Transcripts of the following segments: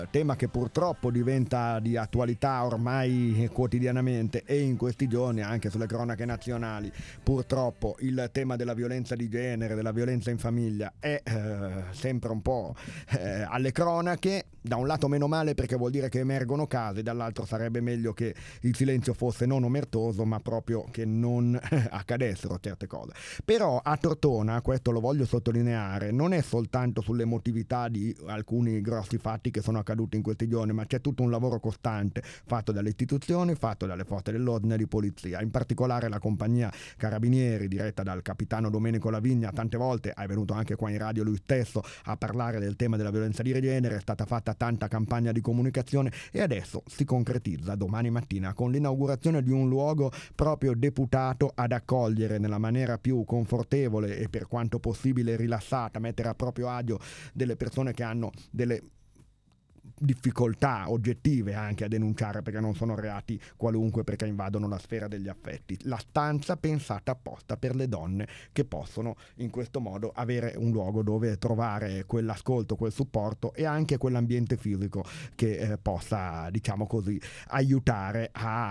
tema che purtroppo diventa di attualità ormai quotidianamente e in questi giorni anche sulle cronache nazionali. Purtroppo il tema della violenza di genere, della violenza in famiglia è sempre un po' alle cronache. Da un lato meno male, perché vuol dire che emergono casi, dall'altro sarebbe meglio che il silenzio fosse non omertoso, ma proprio che non accadessero certe cose. Però a Tortona, questo lo voglio sottolineare, non è soltanto sull'emotività di alcuni grossi fatti che sono accaduti in questi giorni, ma c'è tutto un lavoro costante fatto dalle istituzioni, fatto dalle forze dell'ordine e di polizia. In particolare la compagnia Carabinieri, diretta dal capitano Domenico Lavigna, tante volte è venuto anche qua in radio lui stesso a parlare del tema della violenza di genere, è stata fatta tanta campagna di comunicazione e adesso si concretizza domani mattina con l'inaugurazione di un luogo proprio deputato ad accogliere nella maniera più confortevole e per quanto possibile rilassata, mettere a proprio agio delle persone che hanno delle difficoltà oggettive anche a denunciare, perché non sono reati qualunque, perché invadono la sfera degli affetti. La stanza pensata apposta per le donne che possono in questo modo avere un luogo dove trovare quell'ascolto, quel supporto e anche quell'ambiente fisico che possa, diciamo così, aiutare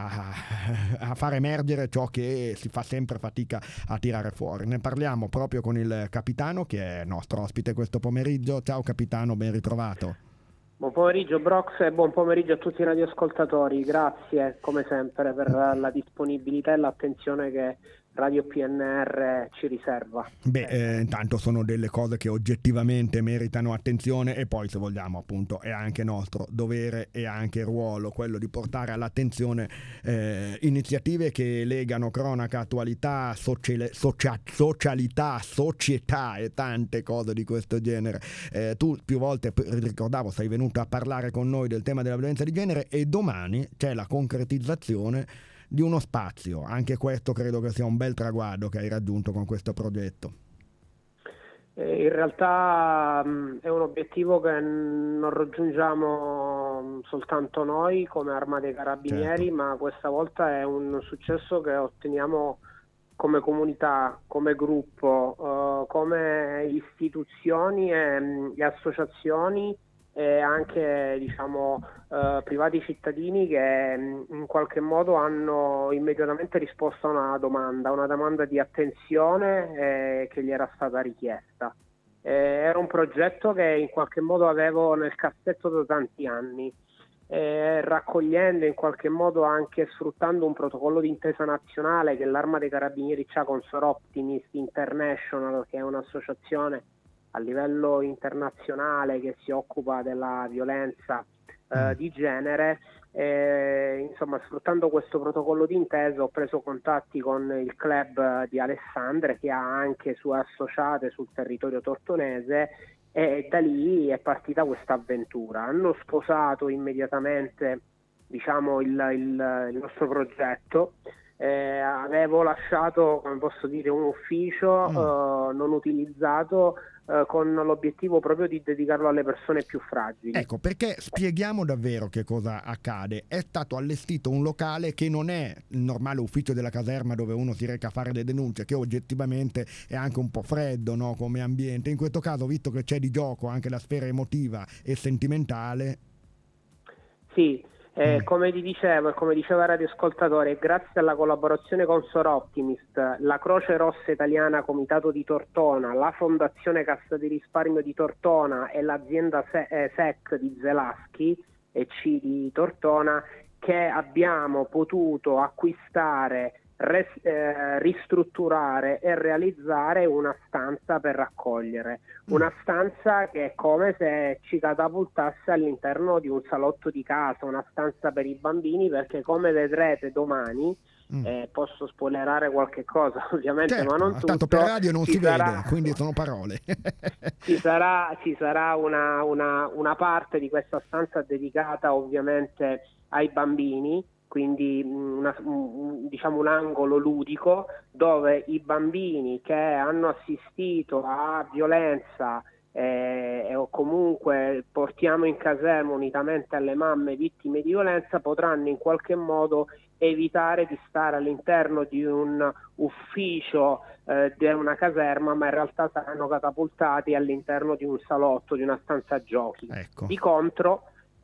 a far emergere ciò che si fa sempre fatica a tirare fuori. Ne parliamo proprio con il capitano, che è nostro ospite questo pomeriggio. Ciao capitano, ben ritrovato. Buon pomeriggio Brox e buon pomeriggio a tutti i radioascoltatori, grazie come sempre per la disponibilità e l'attenzione che Radio PNR ci riserva. Intanto sono delle cose che oggettivamente meritano attenzione e poi, se vogliamo, appunto è anche nostro dovere e anche ruolo quello di portare all'attenzione iniziative che legano cronaca, attualità, socialità, società e tante cose di questo genere. Tu più volte, ricordavo, sei venuto a parlare con noi del tema della violenza di genere e domani c'è la concretizzazione di uno spazio. Anche questo credo che sia un bel traguardo che hai raggiunto con questo progetto. In realtà è un obiettivo che non raggiungiamo soltanto noi come Arma dei Carabinieri, certo, ma questa volta è un successo che otteniamo come comunità, come gruppo, come istituzioni e associazioni e anche privati cittadini che in qualche modo hanno immediatamente risposto a una domanda di attenzione che gli era stata richiesta. Era un progetto che in qualche modo avevo nel cassetto da tanti anni, raccogliendo in qualche modo anche sfruttando un protocollo d'intesa nazionale che l'Arma dei Carabinieri c'ha con Sor Optimist International, che è un'associazione a livello internazionale che si occupa della violenza di genere. Insomma, sfruttando questo protocollo d'intesa ho preso contatti con il club di Alessandria, che ha anche sue associate sul territorio tortonese, e da lì è partita questa avventura. Hanno sposato immediatamente, diciamo, il nostro progetto. Avevo lasciato, come posso dire, un ufficio non utilizzato, con l'obiettivo proprio di dedicarlo alle persone più fragili. Ecco, perché spieghiamo davvero che cosa accade. È stato allestito un locale che non è il normale ufficio della caserma dove uno si reca a fare le denunce, che oggettivamente è anche un po' freddo, no, come ambiente. In questo caso, visto che c'è di gioco anche la sfera emotiva e sentimentale. Sì. Come ti dicevo e come diceva il radioascoltatore, grazie alla collaborazione con Sor Optimist, la Croce Rossa Italiana Comitato di Tortona, la Fondazione Cassa di Risparmio di Tortona e l'azienda SEC di Zelaschi e C di Tortona, che abbiamo potuto acquistare, ristrutturare e realizzare una stanza per raccogliere, una stanza che è come se ci catapultasse all'interno di un salotto di casa, una stanza per i bambini, perché come vedrete domani, posso spoilerare qualche cosa ovviamente, certo, ma non tutto. Tanto per radio non si vede, quindi sono parole. ci sarà una parte di questa stanza dedicata ovviamente ai bambini, quindi diciamo un angolo ludico dove i bambini che hanno assistito a violenza o comunque portiamo in caserma unitamente alle mamme vittime di violenza potranno in qualche modo evitare di stare all'interno di un ufficio di una caserma, ma in realtà saranno catapultati all'interno di un salotto, di una stanza giochi. Ecco. Di contro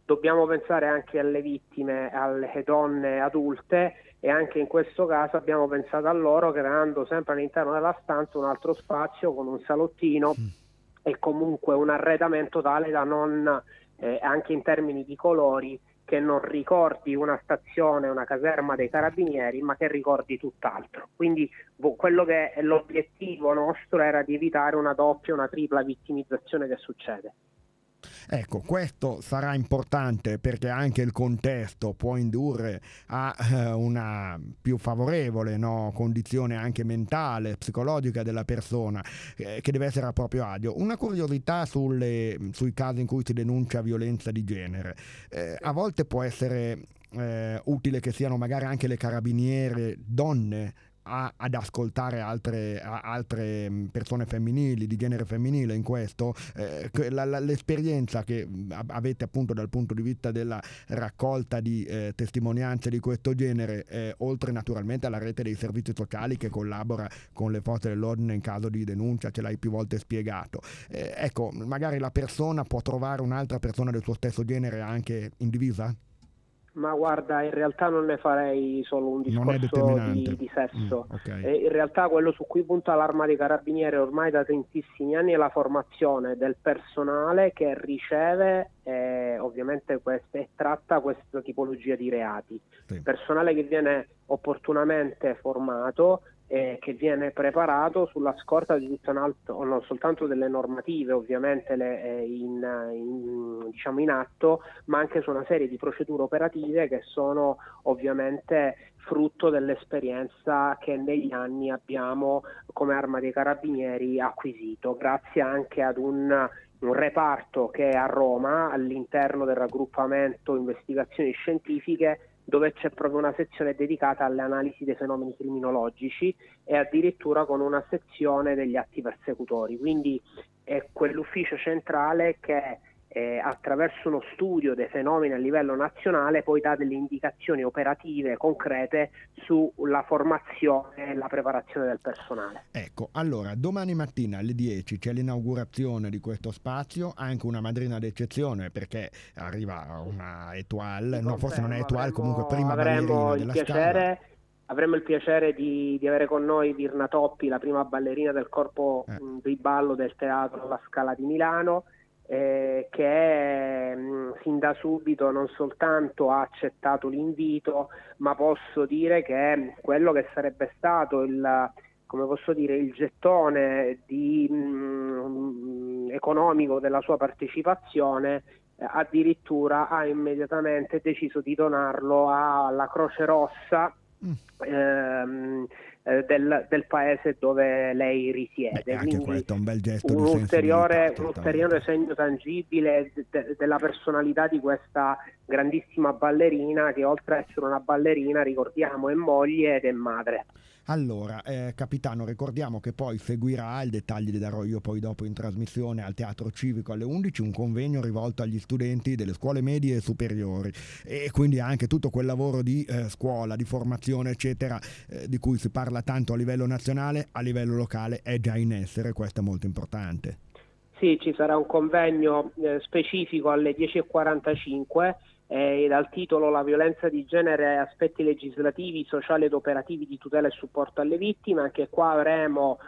dobbiamo pensare anche alle vittime, alle donne adulte, e anche in questo caso abbiamo pensato a loro creando sempre all'interno della stanza un altro spazio con un salottino e comunque un arredamento tale da non, anche in termini di colori, che non ricordi una stazione, una caserma dei carabinieri, ma che ricordi tutt'altro. Quindi quello che è l'obiettivo nostro era di evitare una doppia, una tripla vittimizzazione che succede. Ecco, questo sarà importante perché anche il contesto può indurre a una più favorevole, no, condizione anche mentale, psicologica della persona, che deve essere a proprio agio. Una curiosità sui casi in cui si denuncia violenza di genere. A volte può essere utile che siano magari anche le carabiniere donne ad ascoltare altre persone femminili, di genere femminile in questo. L'esperienza che avete appunto dal punto di vista della raccolta di testimonianze di questo genere, oltre naturalmente alla rete dei servizi sociali che collabora con le forze dell'ordine in caso di denuncia, ce l'hai più volte spiegato. Ecco, magari la persona può trovare un'altra persona del suo stesso genere anche in divisa? Ma guarda, in realtà non ne farei solo un discorso di sesso. Okay. In realtà quello su cui punta l'Arma dei Carabinieri ormai da tantissimi anni è la formazione del personale che riceve ovviamente e tratta questa tipologia di reati. Sì. Personale che viene opportunamente formato, che viene preparato sulla scorta di tutto un altro, non soltanto delle normative ovviamente diciamo in atto, ma anche su una serie di procedure operative che sono ovviamente frutto dell'esperienza che negli anni abbiamo come Arma dei Carabinieri acquisito, grazie anche ad un reparto che è a Roma all'interno del raggruppamento investigazioni scientifiche, dove c'è proprio una sezione dedicata alle analisi dei fenomeni criminologici e addirittura con una sezione degli atti persecutori. Quindi è quell'ufficio centrale che attraverso uno studio dei fenomeni a livello nazionale poi dà delle indicazioni operative concrete sulla formazione e la preparazione del personale. Ecco, allora domani mattina alle 10 c'è l'inaugurazione di questo spazio, anche una madrina d'eccezione perché arriva una étoile, no, forse non è étoile, comunque prima ballerina della Scala. Avremo il piacere di avere con noi Virna Toppi, la prima ballerina del corpo di ballo del teatro alla Scala di Milano, che sin da subito non soltanto ha accettato l'invito, ma posso dire che quello che sarebbe stato il gettone economico della sua partecipazione, addirittura ha immediatamente deciso di donarlo alla Croce Rossa del paese dove lei risiede. Anche questo è un bel gesto di ulteriore segno tangibile della personalità di questa grandissima ballerina, che oltre a essere una ballerina, ricordiamo, è moglie ed è madre. Allora, capitano, ricordiamo che poi seguirà, i dettagli li darò io poi dopo in trasmissione, al Teatro Civico alle 11, un convegno rivolto agli studenti delle scuole medie e superiori, e quindi anche tutto quel lavoro di scuola, di formazione eccetera, di cui si parla tanto a livello nazionale, a livello locale è già in essere. Questo è molto importante. Sì, ci sarà un convegno specifico alle 10:45 dal titolo La violenza di genere, aspetti legislativi, sociali ed operativi di tutela e supporto alle vittime. Anche qua avremo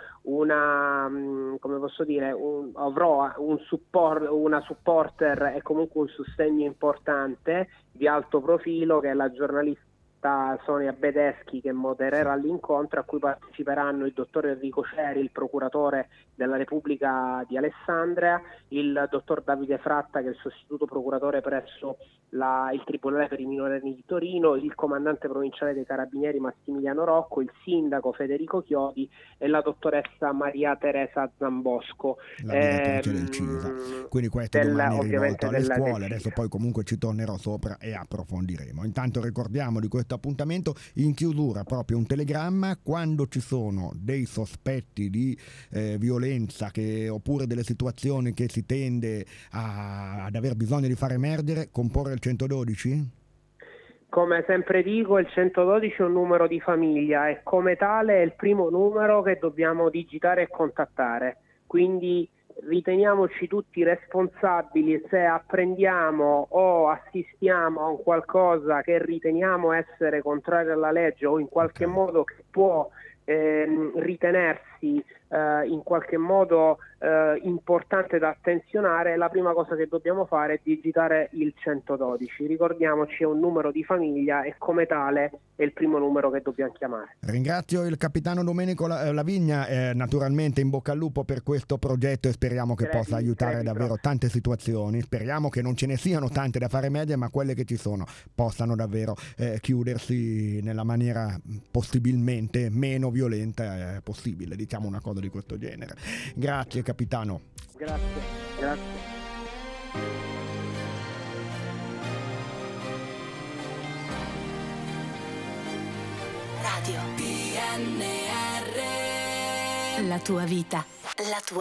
avrò una supporter e comunque un sostegno importante di alto profilo, che è la giornalista Sonia Bedeschi, che modererà l'incontro, a cui parteciperanno il dottor Enrico Ceri, il procuratore della Repubblica di Alessandria, il dottor Davide Fratta, che è il sostituto procuratore presso il Tribunale per i minorenni di Torino, il comandante provinciale dei Carabinieri Massimiliano Rocco, il sindaco Federico Chiodi e la dottoressa Maria Teresa Zambosco, la direttrice del CISA. Quindi questo domani rivolto alle scuole. Adesso poi comunque ci tornerò sopra e approfondiremo. Intanto ricordiamo di questo appuntamento in chiusura proprio un telegramma: quando ci sono dei sospetti di violenza oppure delle situazioni che si tende ad aver bisogno di far emergere, comporre il 112? Come sempre dico, il 112 è un numero di famiglia e come tale è il primo numero che dobbiamo digitare e contattare. Quindi riteniamoci tutti responsabili se apprendiamo o assistiamo a un qualcosa che riteniamo essere contrario alla legge o in qualche modo che può ritenersi in qualche modo importante da attenzionare. La prima cosa che dobbiamo fare è digitare il 112. Ricordiamoci, è un numero di famiglia e come tale è il primo numero che dobbiamo chiamare. Ringrazio il capitano Domenico Lavigna, naturalmente in bocca al lupo per questo progetto e speriamo che possa aiutare davvero tante situazioni. Speriamo che non ce ne siano tante da fare meglio, ma quelle che ci sono possano davvero chiudersi nella maniera possibilmente meno violenta possibile, diciamo una cosa di questo genere. Grazie capitano. Grazie. Radio PNR, la tua vita, la tua